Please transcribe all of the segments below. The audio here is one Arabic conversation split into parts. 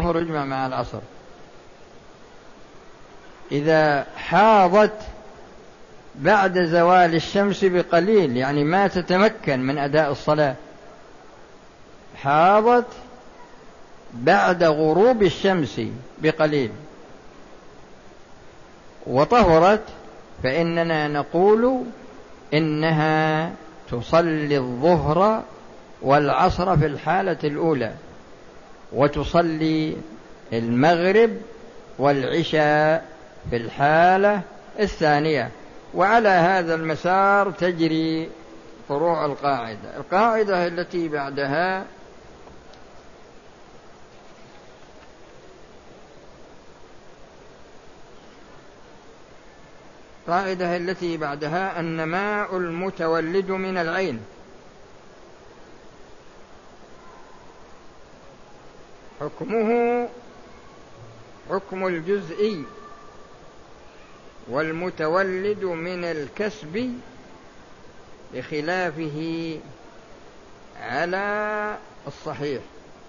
الظهر يجمع مع العصر. إذا حاضت بعد زوال الشمس بقليل، يعني ما تتمكن من أداء الصلاة، حاضت بعد غروب الشمس بقليل وطهرت، فإننا نقول إنها تصلي الظهر والعصر في الحالة الأولى، وتصلي المغرب والعشاء في الحالة الثانية. وعلى هذا المسار تجري فروع القاعدة. القاعدة التي بعدها النماء المتولد من العين. حكمه حكم الجزئي، والمتولد من الكسب بخلافه على الصحيح.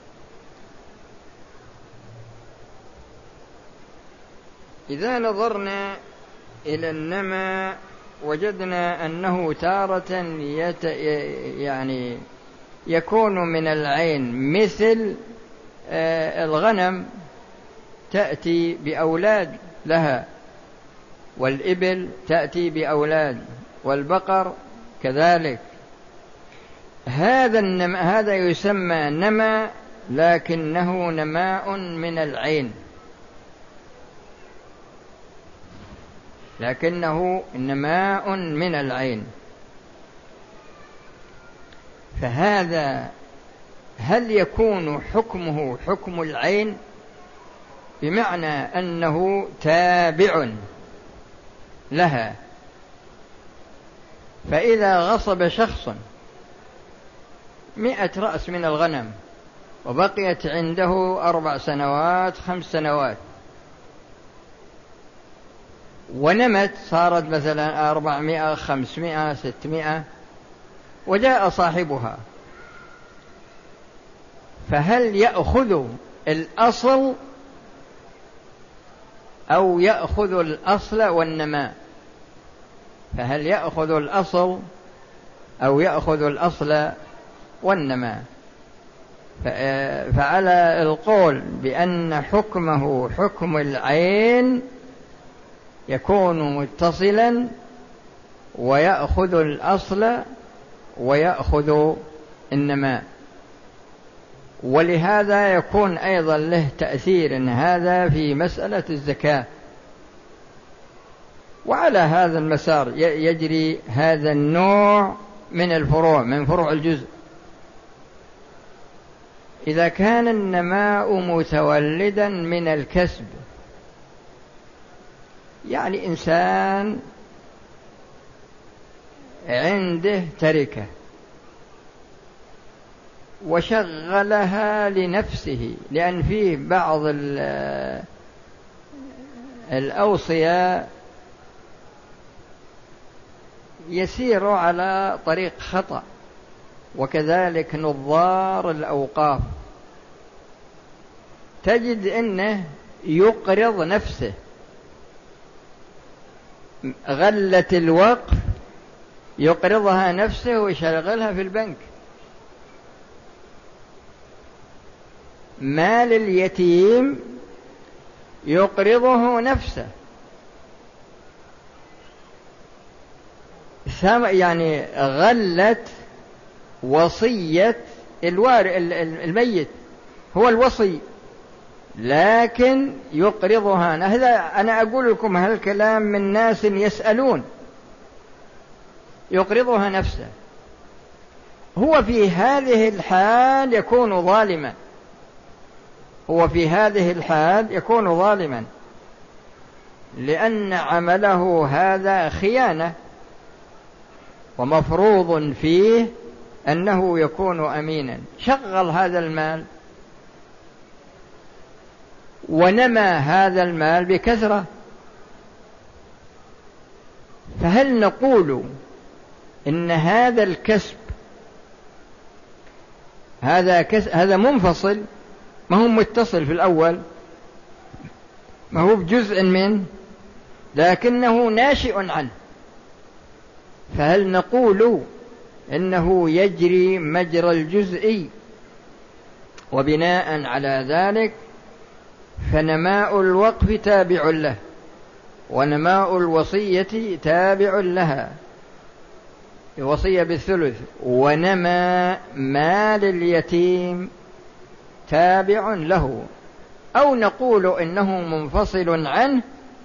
إذا نظرنا إلى النماء وجدنا أنه تارة يعني يكون من العين، مثل الغنم تأتي بأولاد لها، والإبل تأتي بأولاد، والبقر كذلك. هذا يسمى نماء، لكنه نماء من العين، فهذا هل يكون حكمه حكم العين؟ بمعنى أنه تابع لها. فإذا غصب شخص 100 رأس من الغنم وبقيت عنده 4 سنوات 5 سنوات ونمت، صارت مثلا 400 500 600، وجاء صاحبها، فهل يأخذ الأصل أو يأخذ الأصل والنماء؟ فهل يأخذ الأصل أو يأخذ الأصل والنماء؟ فعلى القول بأن حكمه حكم العين يكون متصلا، ويأخذ الأصل ويأخذ النماء. ولهذا يكون أيضا له تأثير هذا في مسألة الزكاة. وعلى هذا المسار يجري هذا النوع من الفروع، من فروع الجزء. إذا كان النماء متولدا من الكسب، يعني إنسان عنده تركة وشغلها لنفسه، لأن فيه بعض الأوصياء يسير على طريق خطأ، وكذلك نظار الأوقاف، تجد أنه يقرض نفسه، غلة الوقف يقرضها نفسه ويشغلها في البنك. مال اليتيم يقرضه نفسه، يعني غلت وصية الميت، هو الوصي، لكن يقرضها. هذا أنا أقول لكم هالكلام من ناس يسألون. يقرضها نفسه، هو في هذه الحال يكون ظالما، لأن عمله هذا خيانة، ومفروض فيه أنه يكون أمينا. شغل هذا المال ونمى هذا المال بكثرة، فهل نقول إن هذا الكسب هذا منفصل ما هو متصل في الأول، ما هو بجزء منه، لكنه ناشئ عنه. فهل نقول إنه يجري مجرى الجزء، وبناء على ذلك فنماء الوقف تابع له، ونماء الوصية تابع لها، الوصية بالثلث، ونماء مال اليتيم تابع له، أو نقول إنه منفصل عنه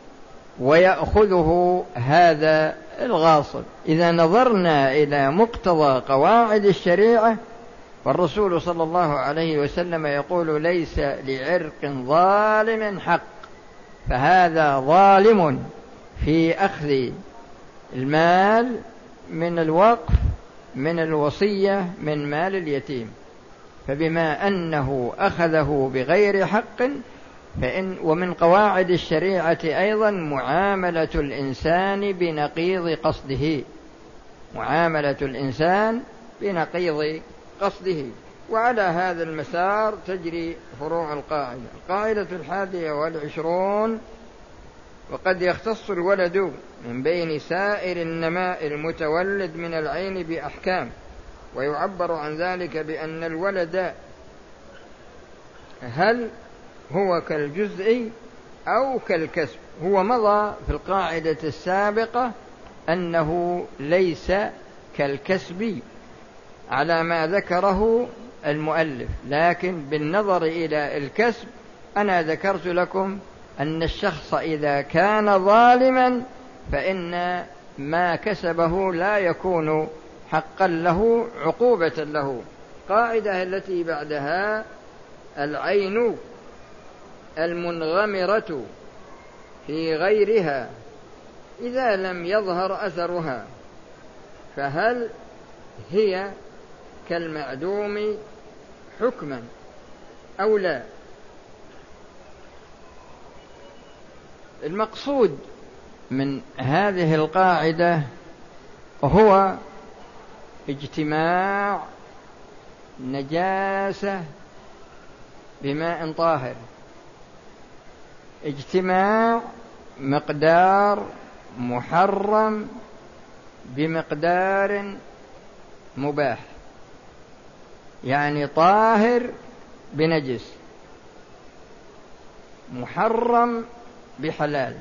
ويأخذه هذا الغاصب. إذا نظرنا إلى مقتضى قواعد الشريعة، والرسول صلى الله عليه وسلم يقول: ليس لعرق ظالم حق، فهذا ظالم في أخذ المال من الوقف، من الوصية، من مال اليتيم. فبما أنه أخذه بغير حق، ومن قواعد الشريعة أيضا معاملة الإنسان بنقيض قصده، معاملة الإنسان بنقيض قصده. وعلى هذا المسار تجري فروع القاعدة. القاعدة 21: وقد يختص الولد من بين سائر النماء المتولد من العين بأحكام، ويعبر عن ذلك بأن الولد هل هو كالجزء أو كالكسب. هو مضى في القاعدة السابقة أنه ليس كالكسب على ما ذكره المؤلف، لكن بالنظر إلى الكسب أنا ذكرت لكم أن الشخص إذا كان ظالما فإن ما كسبه لا يكون حقا له، عقوبة له. قاعدة التي بعدها: العين المنغمرة في غيرها إذا لم يظهر أثرها، فهل هي كالمعدوم حكما أو لا؟ المقصود من هذه القاعدة هو اجتماع نجاسة بماء طاهر، اجتماع مقدار محرم بمقدار مباح، يعني طاهر بنجس، محرم بحلال.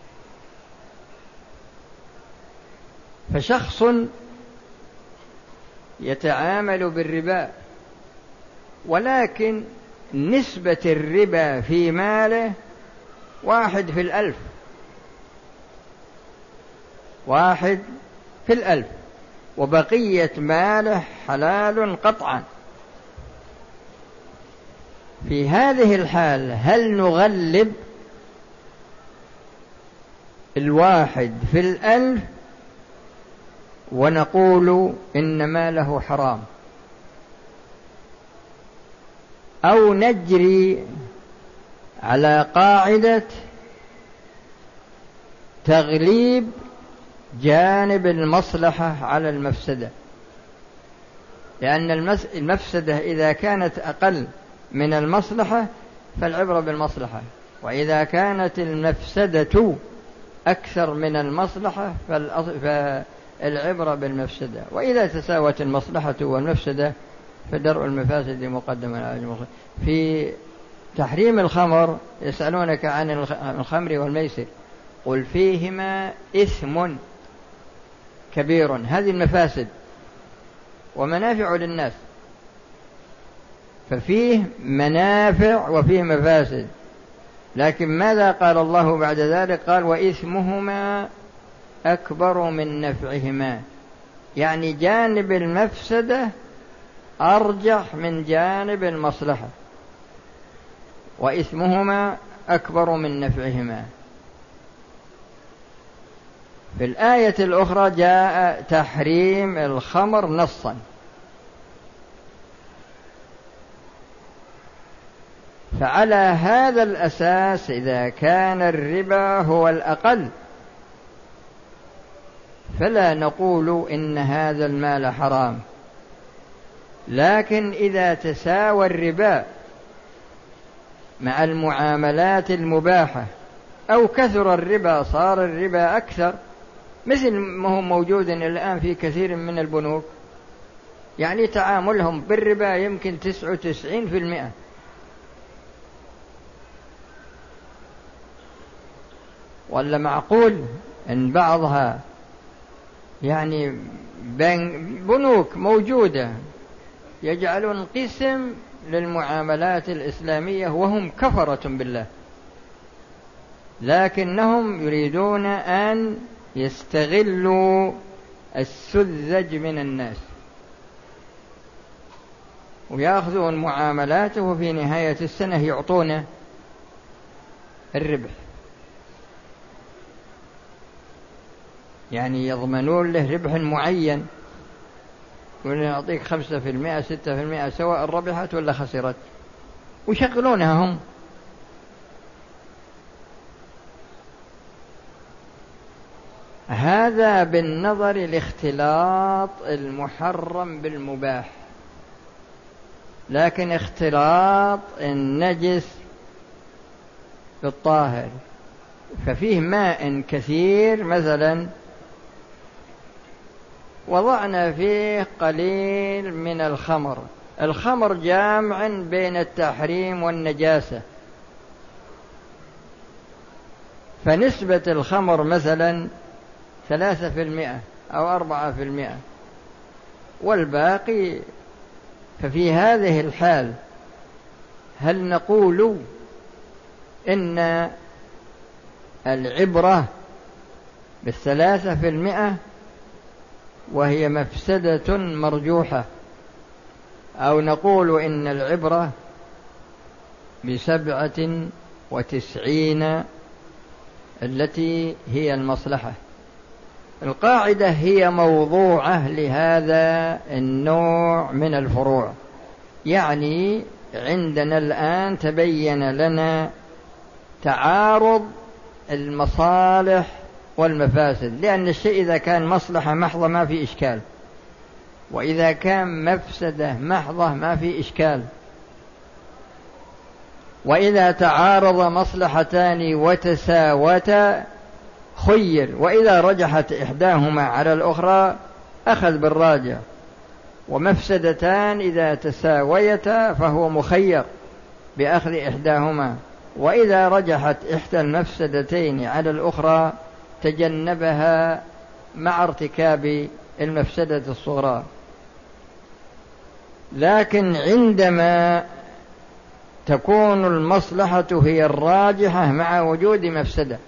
فشخص يتعامل بالربا، ولكن نسبة الربا في ماله 1/1000، 1/1000، وبقية ماله حلال قطعا. في هذه الحال هل نغلب 1/1000 ونقول إن ماله حرام، أو نجري على قاعدة تغليب جانب المصلحة على المفسدة؟ لأن المفسدة إذا كانت أقل من المصلحة فالعبرة بالمصلحة، وإذا كانت المفسدة أكثر من المصلحة فالعبرة بالمفسدة. وإذا تساوت المصلحة والمفسدة فدرء المفاسد مقدم على المصلحة. في تحريم الخمر يسألونك عن الخمر والميسر، قل فيهما إثم كبير، هذه المفاسد ومنافع للناس، ففيه منافع وفيه مفاسد. لكن ماذا قال الله بعد ذلك؟ قال: وإثمهما أكبر من نفعهما، يعني جانب المفسدة أرجح من جانب المصلحة، وإثمهما أكبر من نفعهما. في الآية الأخرى جاء تحريم الخمر نصا، فعلى هذا الأساس إذا كان الربا هو الأقل فلا نقول إن هذا المال حرام، لكن إذا تساوى الربا مع المعاملات المباحة، أو كثر الربا صار الربا أكثر، مثل ما هو موجود الآن في كثير من البنوك، يعني تعاملهم بالربا يمكن 99%. ولا معقول أن بعضها يعني بنوك موجودة يجعلون قسم للمعاملات الإسلامية وهم كفرة بالله، لكنهم يريدون أن يستغلوا السذج من الناس ويأخذون معاملاته، وفي نهاية السنة يعطونه الربح، يعني يضمنون له ربح معين، ونعطيك 5% 6% سواء ربحت ولا خسرت، ويشغلونها هم. هذا بالنظر لاختلاط المحرم بالمباح، لكن اختلاط النجس بالطاهر، ففيه ماء كثير مثلا وضعنا فيه قليل من الخمر، الخمر جامع بين التحريم والنجاسة، فنسبة الخمر مثلا 3% أو 4%، والباقي، ففي هذه الحال هل نقول إن العبرة ب3% وهي مفسدة مرجوحة، أو نقول إن العبرة ب97 التي هي المصلحة؟ القاعدة هي موضوعة لهذا النوع من الفروع. يعني عندنا الآن تبين لنا تعارض المصالح والمفاسد، لأن الشيء إذا كان مصلحة محضة ما في إشكال، وإذا كان مفسدة محضة ما في إشكال. وإذا تعارض مصلحتان وتساوتا خير، وإذا رجحت إحداهما على الأخرى أخذ بالراجع، ومفسدتان إذا تساويتا فهو مخير بأخذ إحداهما، وإذا رجحت إحدى المفسدتين على الأخرى تجنبها مع ارتكاب المفسدة الصغرى. لكن عندما تكون المصلحة هي الراجحة مع وجود مفسدة،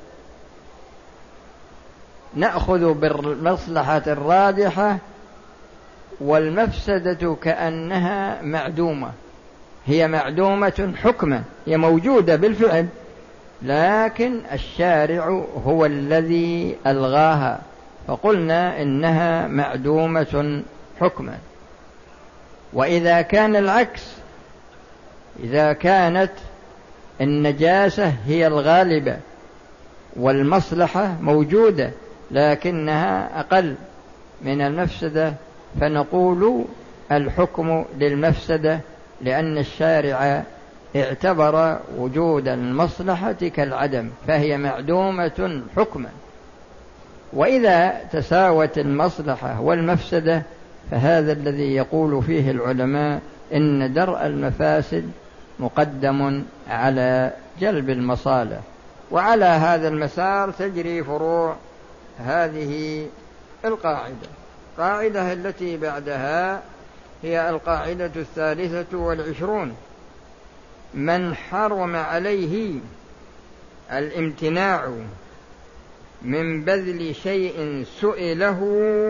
نأخذ بالمصلحة الراجحة، والمفسدة كأنها معدومة، هي معدومة حكما، هي موجودة بالفعل، لكن الشارع هو الذي ألغاها، فقلنا إنها معدومة حكما. وإذا كان العكس، إذا كانت النجاسة هي الغالبة والمصلحة موجودة لكنها أقل من المفسدة، فنقول الحكم للمفسدة، لأن الشارع اعتبر وجود المصلحة كالعدم، فهي معدومة حكما. وإذا تساوت المصلحة والمفسدة فهذا الذي يقول فيه العلماء إن درء المفاسد مقدم على جلب المصالح. وعلى هذا المسار تجري فروع هذه القاعدة. القاعدة التي بعدها هي القاعدة 23: من حرم عليه الامتناع من بذل شيء سئله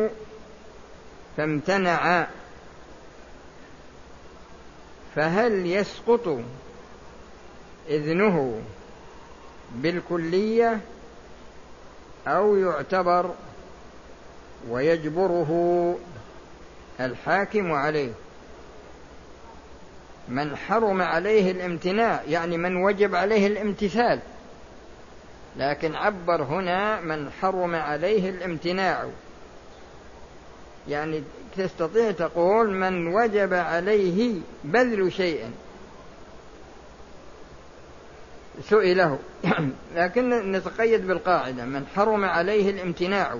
فامتنع، فهل يسقط إذنه بالكلية أو يعتبر ويجبره الحاكم عليه؟ من حرم عليه الامتناع يعني من وجب عليه الامتثال، لكن عبر هنا من حرم عليه الامتناع، يعني تستطيع تقول من وجب عليه بذل شيء سئله لكن نتقيد بالقاعدة: من حرم عليه الامتناع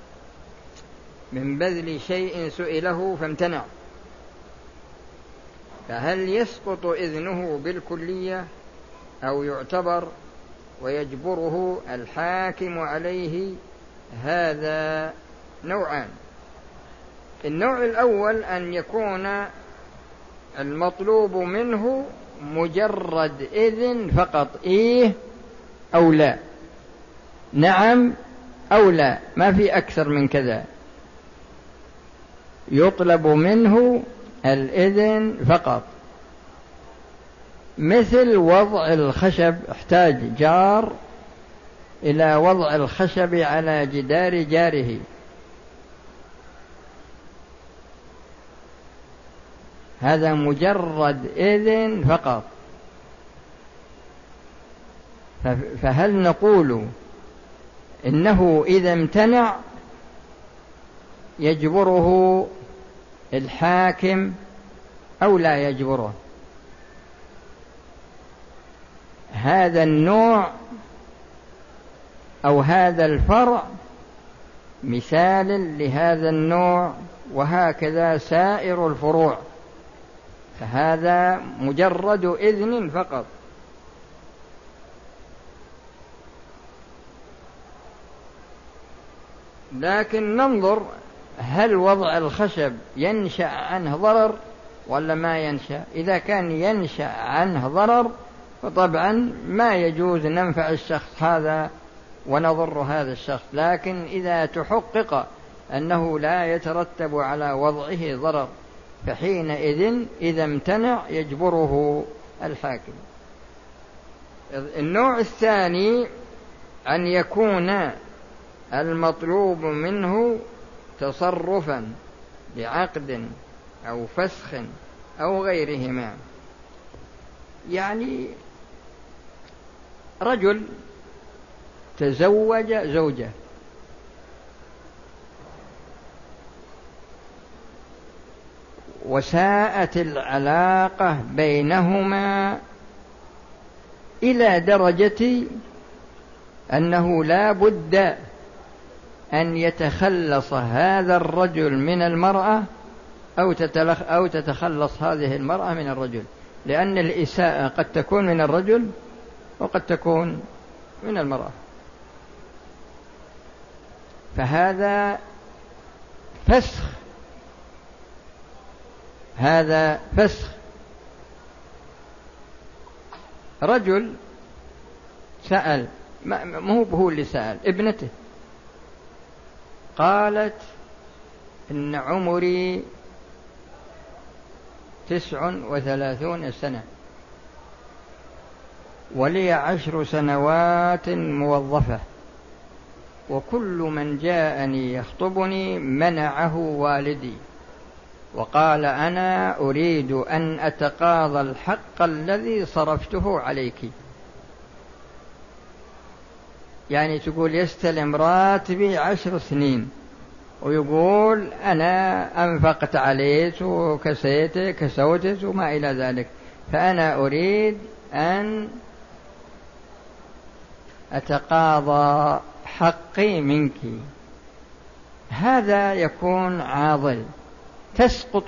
من بذل شيء سئله فامتنع، فهل يسقط إذنه بالكلية أو يعتبر ويجبره الحاكم عليه؟ هذا نوعان: النوع الأول أن يكون المطلوب منه مجرد إذن فقط، إيه أو لا، نعم أو لا، ما في أكثر من كذا، يطلب منه الإذن فقط. مثل وضع الخشب، احتاج جار إلى وضع الخشب على جدار جاره، هذا مجرد إذن فقط، فهل نقول إنه إذا امتنع يجبره الحاكم أو لا يجبره؟ هذا النوع أو هذا الفرع مثال لهذا النوع، وهكذا سائر الفروع، فهذا مجرد إذن فقط. لكن ننظر هل وضع الخشب ينشأ عنه ضرر ولا ما ينشأ. إذا كان ينشأ عنه ضرر فطبعا ما يجوز ننفع الشخص هذا ونضر هذا الشخص، لكن إذا تحقق أنه لا يترتب على وضعه ضرر فحينئذ إذا امتنع يجبره الحاكم. النوع الثاني أن يكون المطلوب منه تصرفا بعقد أو فسخ أو غيرهما. يعني رجل تزوج زوجة وساءت العلاقة بينهما إلى درجة أنه لا بد أن يتخلص هذا الرجل من المرأة أو تتخلص هذه المرأة من الرجل، لأن الإساءة قد تكون من الرجل وقد تكون من المرأة، فهذا فسخ، هذا فسخ. رجل سأل، ما هو اللي سأل، ابنته قالت إن عمري 39 سنة ولي 10 سنوات موظفة، وكل من جاءني يخطبني منعه والدي، وقال أنا أريد أن أتقاضى الحق الذي صرفته عليك. يعني تقول يستلم راتبي 10 سنين ويقول أنا أنفقت عليك وكسيتك كسوتك وما إلى ذلك، فأنا أريد أن أتقاضى حقي منك. هذا يكون عاضل، تسقط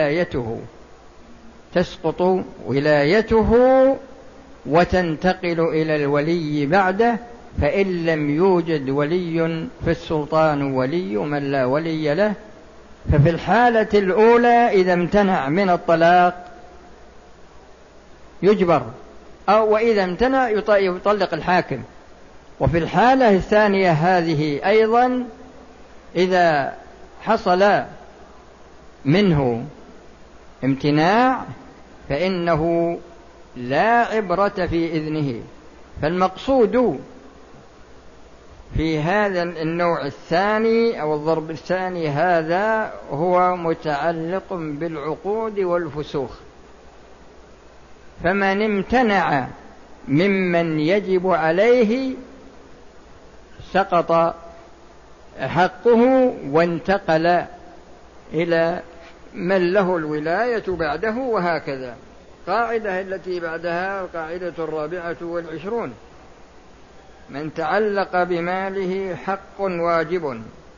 ولايته وتنتقل إلى الولي بعده، فإن لم يوجد ولي فالسلطان ولي من لا ولي له. ففي الحالة الأولى إذا امتنع من الطلاق يجبر، وإذا امتنع يطلق الحاكم. وفي الحالة الثانية هذه أيضا إذا حصل منه امتناع فإنه لا عبرة في إذنه. فالمقصود في هذا النوع الثاني أو الضرب الثاني هذا هو متعلق بالعقود والفسوخ. فمن امتنع ممن يجب عليه سقط حقه وانتقل إلى من له الولاية بعده، وهكذا. القاعدة التي بعدها القاعدة 24: من تعلق بماله حق واجب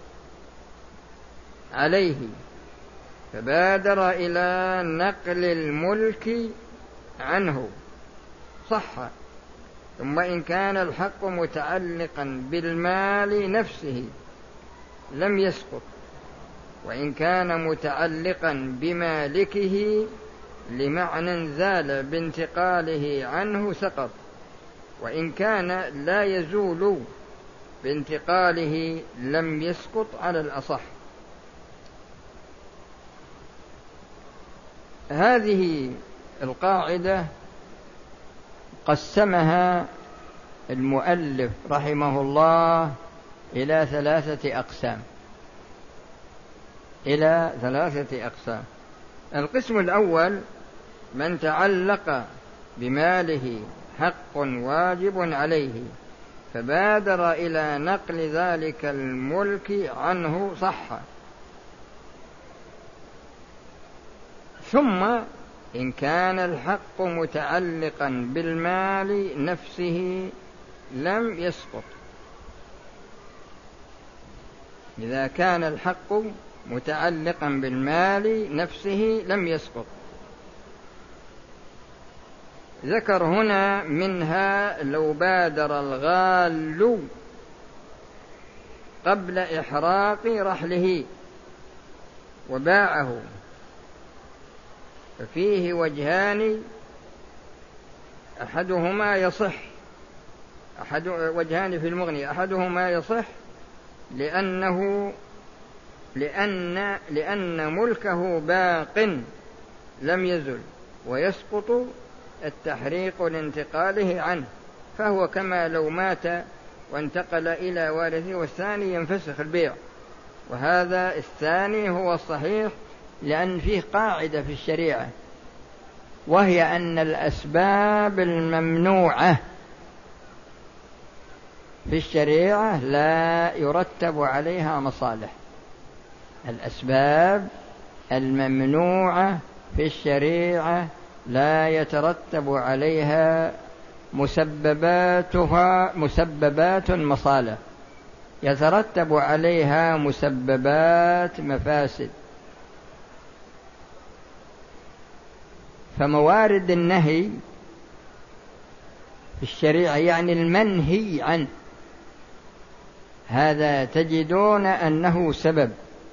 عليه فبادر إلى نقل الملك عنه صح، ثم إن كان الحق متعلقا بالمال نفسه لم يسقط، وإن كان متعلقا بمالكه لمعنى زال بانتقاله عنه سقط، وإن كان لا يزول بانتقاله لم يسقط على الأصح. هذه القاعدة قسمها المؤلف رحمه الله إلى 3 أقسام. القسم الأول: من تعلق بماله حق واجب عليه فبادر إلى نقل ذلك الملك عنه صح، ثم إن كان الحق متعلقا بالمال نفسه لم يسقط. إذا كان الحق متعلقا بالمال نفسه لم يسقط. ذكر هنا منها: لو بادر الغال قبل إحراق رحله وباعه، ففيه وجهان أحدهما يصح، وجهان في المغني، أحدهما يصح لأن ملكه باق لم يزل، ويسقط التحريق لانتقاله عنه، فهو كما لو مات وانتقل إلى وارثه، والثاني ينفسخ البيع. وهذا الثاني هو الصحيح، لأن فيه قاعدة في الشريعة، وهي أن الأسباب الممنوعة في الشريعة لا يرتب عليها مصالح. الأسباب الممنوعة في الشريعة لا يترتب عليها مسببات مصالح، يترتب عليها مسببات مفاسد. فموارد النهي في الشريعة يعني المنهي عنه، هذا تجدون أنه سبب.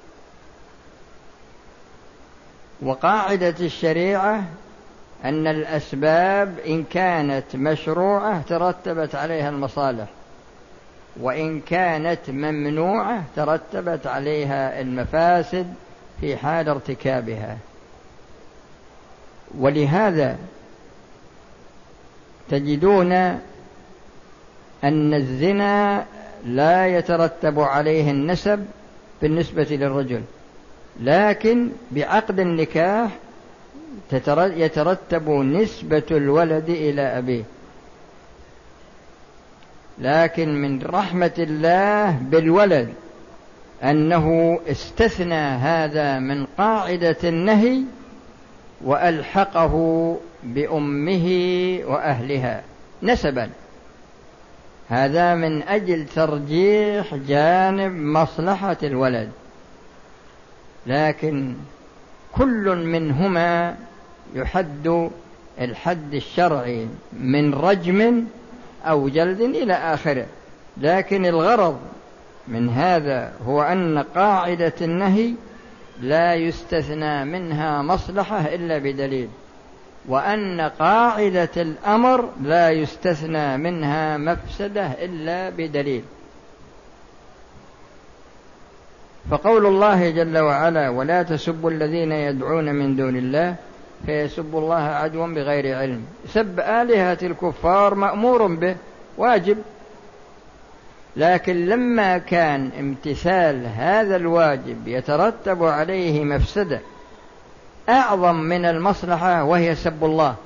وقاعدة الشريعة أن الأسباب إن كانت مشروعة ترتبت عليها المصالح، وإن كانت ممنوعة ترتبت عليها المفاسد في حال ارتكابها. ولهذا تجدون أن الزنا لا يترتب عليه النسب بالنسبة للرجل، لكن بعقد النكاح يترتب نسبة الولد إلى أبيه. لكن من رحمة الله بالولد أنه استثنى هذا من قاعدة النهي وألحقه بأمه وأهلها نسبا، هذا من أجل ترجيح جانب مصلحة الولد. لكن كل منهما يحد الحد الشرعي من رجم أو جلد إلى آخره، لكن الغرض من هذا هو أن قاعدة النهي لا يستثنى منها مصلحة إلا بدليل، وأن قاعدة الأمر لا يستثنى منها مفسدة إلا بدليل. فقول الله جل وعلا: ولا تسبوا الذين يدعون من دون الله فيسبوا الله عدوا بغير علم، سب آلهة الكفار مأمور به واجب، لكن لما كان امتثال هذا الواجب يترتب عليه مفسدة أعظم من المصلحة وهي سب الله،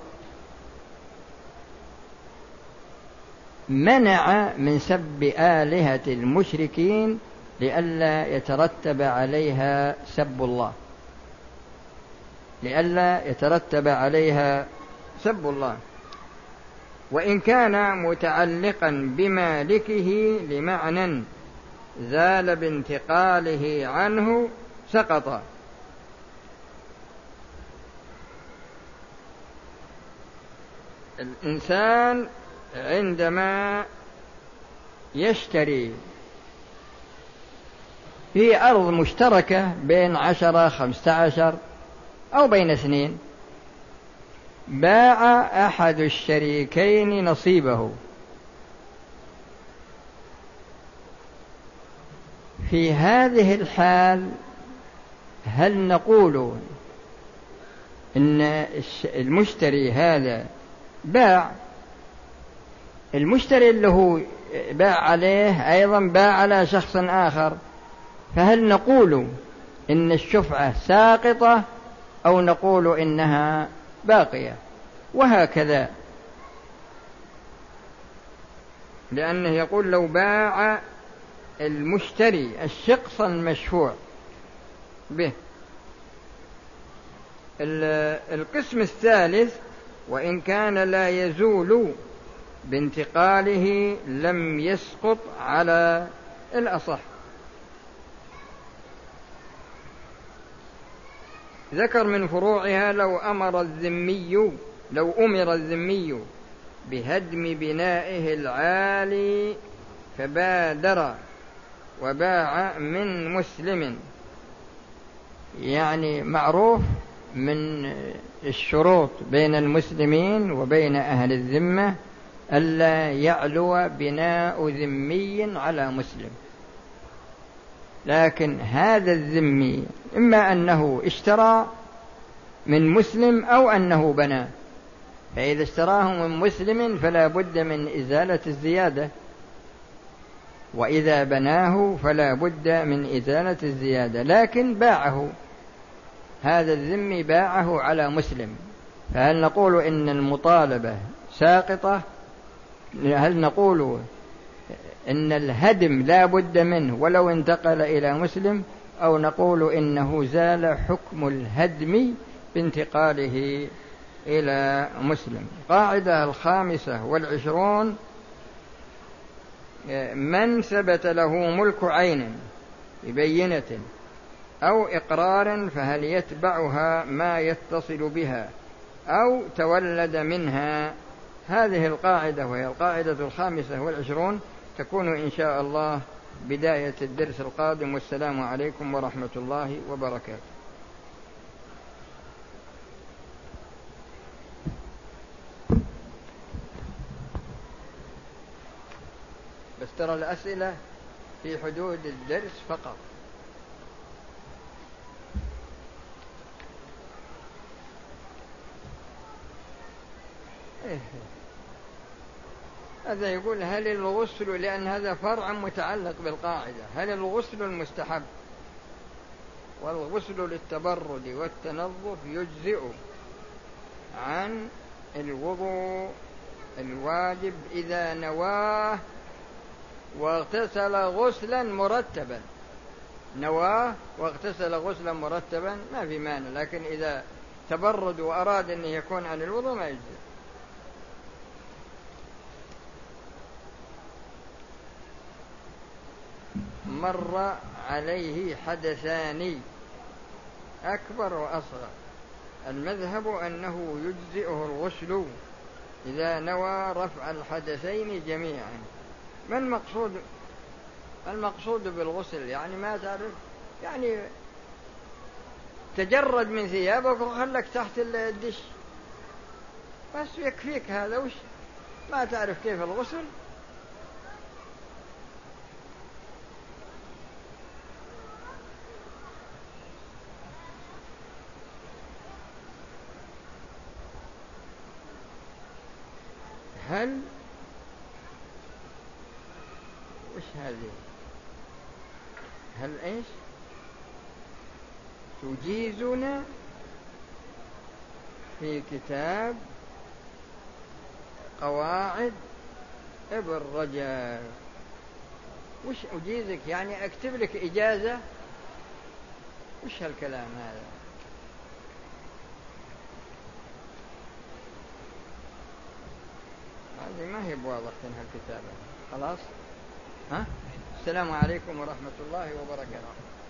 منع من سب آلهة المشركين لئلا يترتب عليها سب الله، لئلا يترتب عليها سب الله. وإن كان متعلقا بمالكه لمعنى زال بانتقاله عنه سقط. الإنسان عندما يشتري في أرض مشتركة بين 10 15 أو بين 2، باع أحد الشريكين نصيبه، في هذه الحال هل نقول إن المشتري هذا باع، المشتري اللي هو باع عليه أيضا باع على شخص آخر، فهل نقول إن الشفعة ساقطة أو نقول إنها باقية؟ وهكذا، لأنه يقول لو باع المشتري الشخص المشفوع به. القسم الثالث: وإن كان لا يزول بانتقاله لم يسقط على الأصح. ذكر من فروعها: لو أمر الذمي بهدم بنائه العالي فبادر وباع من مسلم. يعني معروف من الشروط بين المسلمين وبين أهل الذمة ألا يعلو بناء ذمي على مسلم، لكن هذا الذمي إما أنه اشترى من مسلم أو أنه بنى، فإذا اشتراه من مسلم فلا بد من إزالة الزيادة، وإذا بناه فلا بد من إزالة الزيادة، لكن باعه هذا الذمي باعه على مسلم، فهل نقول إن المطالبة ساقطة؟ هل نقول إن الهدم لا بد منه ولو انتقل إلى مسلم، أو نقول إنه زال حكم الهدم بانتقاله إلى مسلم؟ قاعدة 25: من ثبت له ملك عين ببينة أو إقرار فهل يتبعها ما يتصل بها أو تولد منها. هذه القاعدة وهي القاعدة 25 تكون إن شاء الله بداية الدرس القادم. والسلام عليكم ورحمة الله وبركاته. بس ترى الأسئلة في حدود الدرس فقط. هذا يقول: هل الغسل، لأن هذا فرع متعلق بالقاعدة، هل الغسل المستحب والغسل للتبرد والتنظف يجزئ عن الوضوء الواجب إذا نواه واغتسل غسلا مرتبا؟ نواه واغتسل غسلا مرتبا ما في مانع، لكن إذا تبرد وأراد أن يكون عن الوضوء ما يجزئ. مر عليه حدثان أكبر وأصغر، المذهب أنه يجزئه الغسل إذا نوى رفع الحدثين جميعا. ما المقصود بالغسل؟ يعني ما تعرف، يعني تجرد من ثيابك وخلك تحت الدش بس يكفيك هذا. وش ما تعرف كيف الغسل؟ وش هذه؟ هل ايش تجيزنا في كتاب قواعد ابن رجب؟ وش أجيزك؟ يعني أكتب لك إجازة؟ وش هالكلام هذا؟ هذه ما هي بواضح إنها الكتابة. خلاص. ها؟ السلام عليكم ورحمة الله وبركاته.